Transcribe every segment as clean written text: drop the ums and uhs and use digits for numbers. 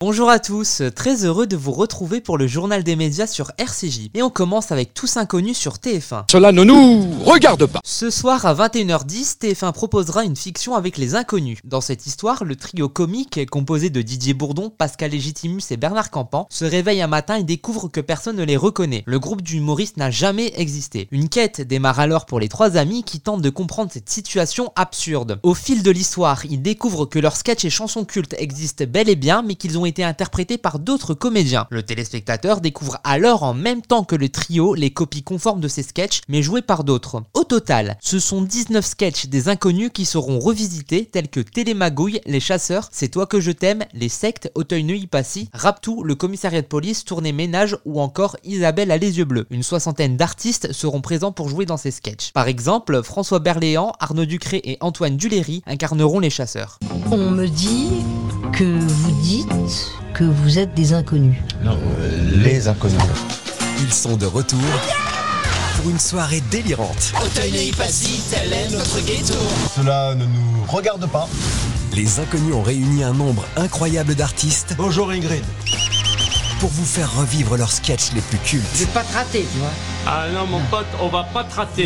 Bonjour à tous, très heureux de vous retrouver pour le journal des médias sur RCJ. Et on commence avec Tous Inconnus sur TF1. Cela ne nous regarde pas. Ce soir à 21h10, TF1 proposera une fiction avec les inconnus. Dans cette histoire, le trio comique, composé de Didier Bourdon, Pascal Légitimus et Bernard Campan, se réveille un matin et découvre que personne ne les reconnaît. Le groupe d'humoristes n'a jamais existé. Une quête démarre alors pour les trois amis qui tentent de comprendre cette situation absurde. Au fil de l'histoire, ils découvrent que leurs sketchs et chansons cultes existent bel et bien, mais qu'ils ont été interprétés par d'autres comédiens. Le téléspectateur découvre alors en même temps que le trio les copies conformes de ces sketchs, mais joués par d'autres. Au total, ce sont 19 sketchs des inconnus qui seront revisités, tels que Télémagouille, Les Chasseurs, C'est toi que je t'aime, Les Sectes, Auteuil-Neuilly-Passy, Raptou, Le Commissariat de police, Tournée Ménage ou encore Isabelle a les yeux bleus. Une soixantaine d'artistes seront présents pour jouer dans ces sketchs. Par exemple, François Berléand, Arnaud Ducré et Antoine Duléry incarneront les chasseurs. On me dit que vous dites que vous êtes des inconnus. Non, les inconnus. Ils sont de retour pour une soirée délirante. Auteuil-Neuilly-Passy, tel est notre ghetto. Cela ne nous regarde pas. Les inconnus ont réuni un nombre incroyable d'artistes Bonjour Ingrid. pour vous faire revivre leurs sketchs les plus cultes. Je vais pas te rater, tu vois. Ah non mon pote, on va pas te rater.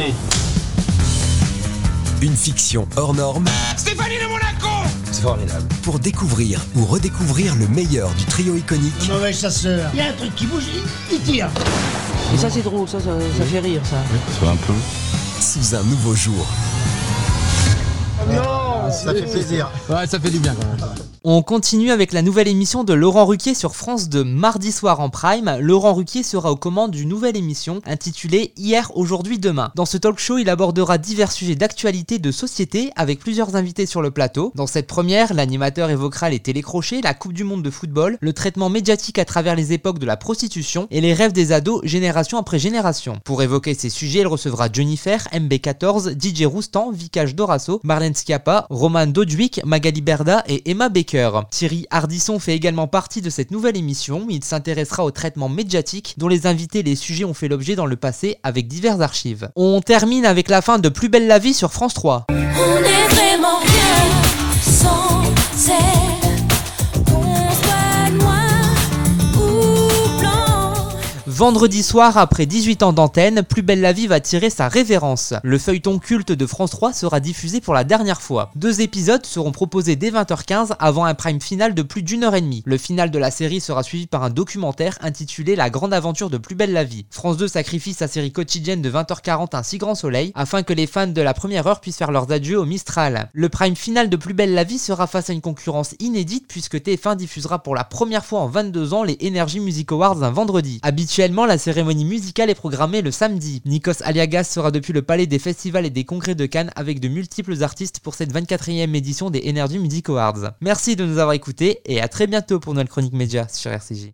Une fiction hors norme Stéphanie de Monaco. C'est formidable. pour découvrir ou redécouvrir le meilleur du trio iconique Mauvais chasseur. Il y a un truc qui bouge, il tire. Et ça c'est drôle, ça fait rire ça. C'est un peu. sous un nouveau jour. Non, ça fait plaisir. Ouais, ça fait du bien quand même. On continue avec la nouvelle émission de Laurent Ruquier sur France 2. Mardi soir en prime, Laurent Ruquier sera aux commandes d'une nouvelle émission intitulée Hier, aujourd'hui, demain. Dans ce talk show, il abordera divers sujets d'actualité de société avec plusieurs invités sur le plateau. Dans cette première, l'animateur évoquera les télécrochets, la Coupe du Monde de football, le traitement médiatique à travers les époques de la prostitution et les rêves des ados génération après génération. Pour évoquer ces sujets, il recevra Jennifer, MB14, DJ Roustan, Vikash Dorasso, Marlène Schiappa, Roman Dodwick, Magali Berda et Emma Baker. Thierry Ardisson fait également partie de cette nouvelle émission. Il s'intéressera au traitement médiatique dont les invités et les sujets ont fait l'objet dans le passé avec diverses archives. On termine avec la fin de Plus belle la vie sur France 3. On est vraiment bien sans elle. On soit noir ou blanc. Vendredi soir, après 18 ans d'antenne, Plus belle la vie va tirer sa révérence. Le feuilleton culte de France 3 sera diffusé pour la dernière fois. 2 épisodes seront proposés dès 20h15 avant un prime final de plus d'1h30. Le final de la série sera suivi par un documentaire intitulé La grande aventure de Plus belle la vie. France 2 sacrifie sa série quotidienne de 20h40 Un si grand soleil afin que les fans de la première heure puissent faire leurs adieux au Mistral. Le prime final de Plus belle la vie sera face à une concurrence inédite puisque TF1 diffusera pour la première fois en 22 ans les Energy Music Awards un vendredi. Habituellement, la cérémonie musicale est programmée le samedi. Nikos Aliagas sera depuis le palais des festivals et des congrès de Cannes avec de multiples artistes pour cette 24e édition des Energy Music Awards. Merci de nous avoir écoutés et à très bientôt pour notre chronique média sur RCJ.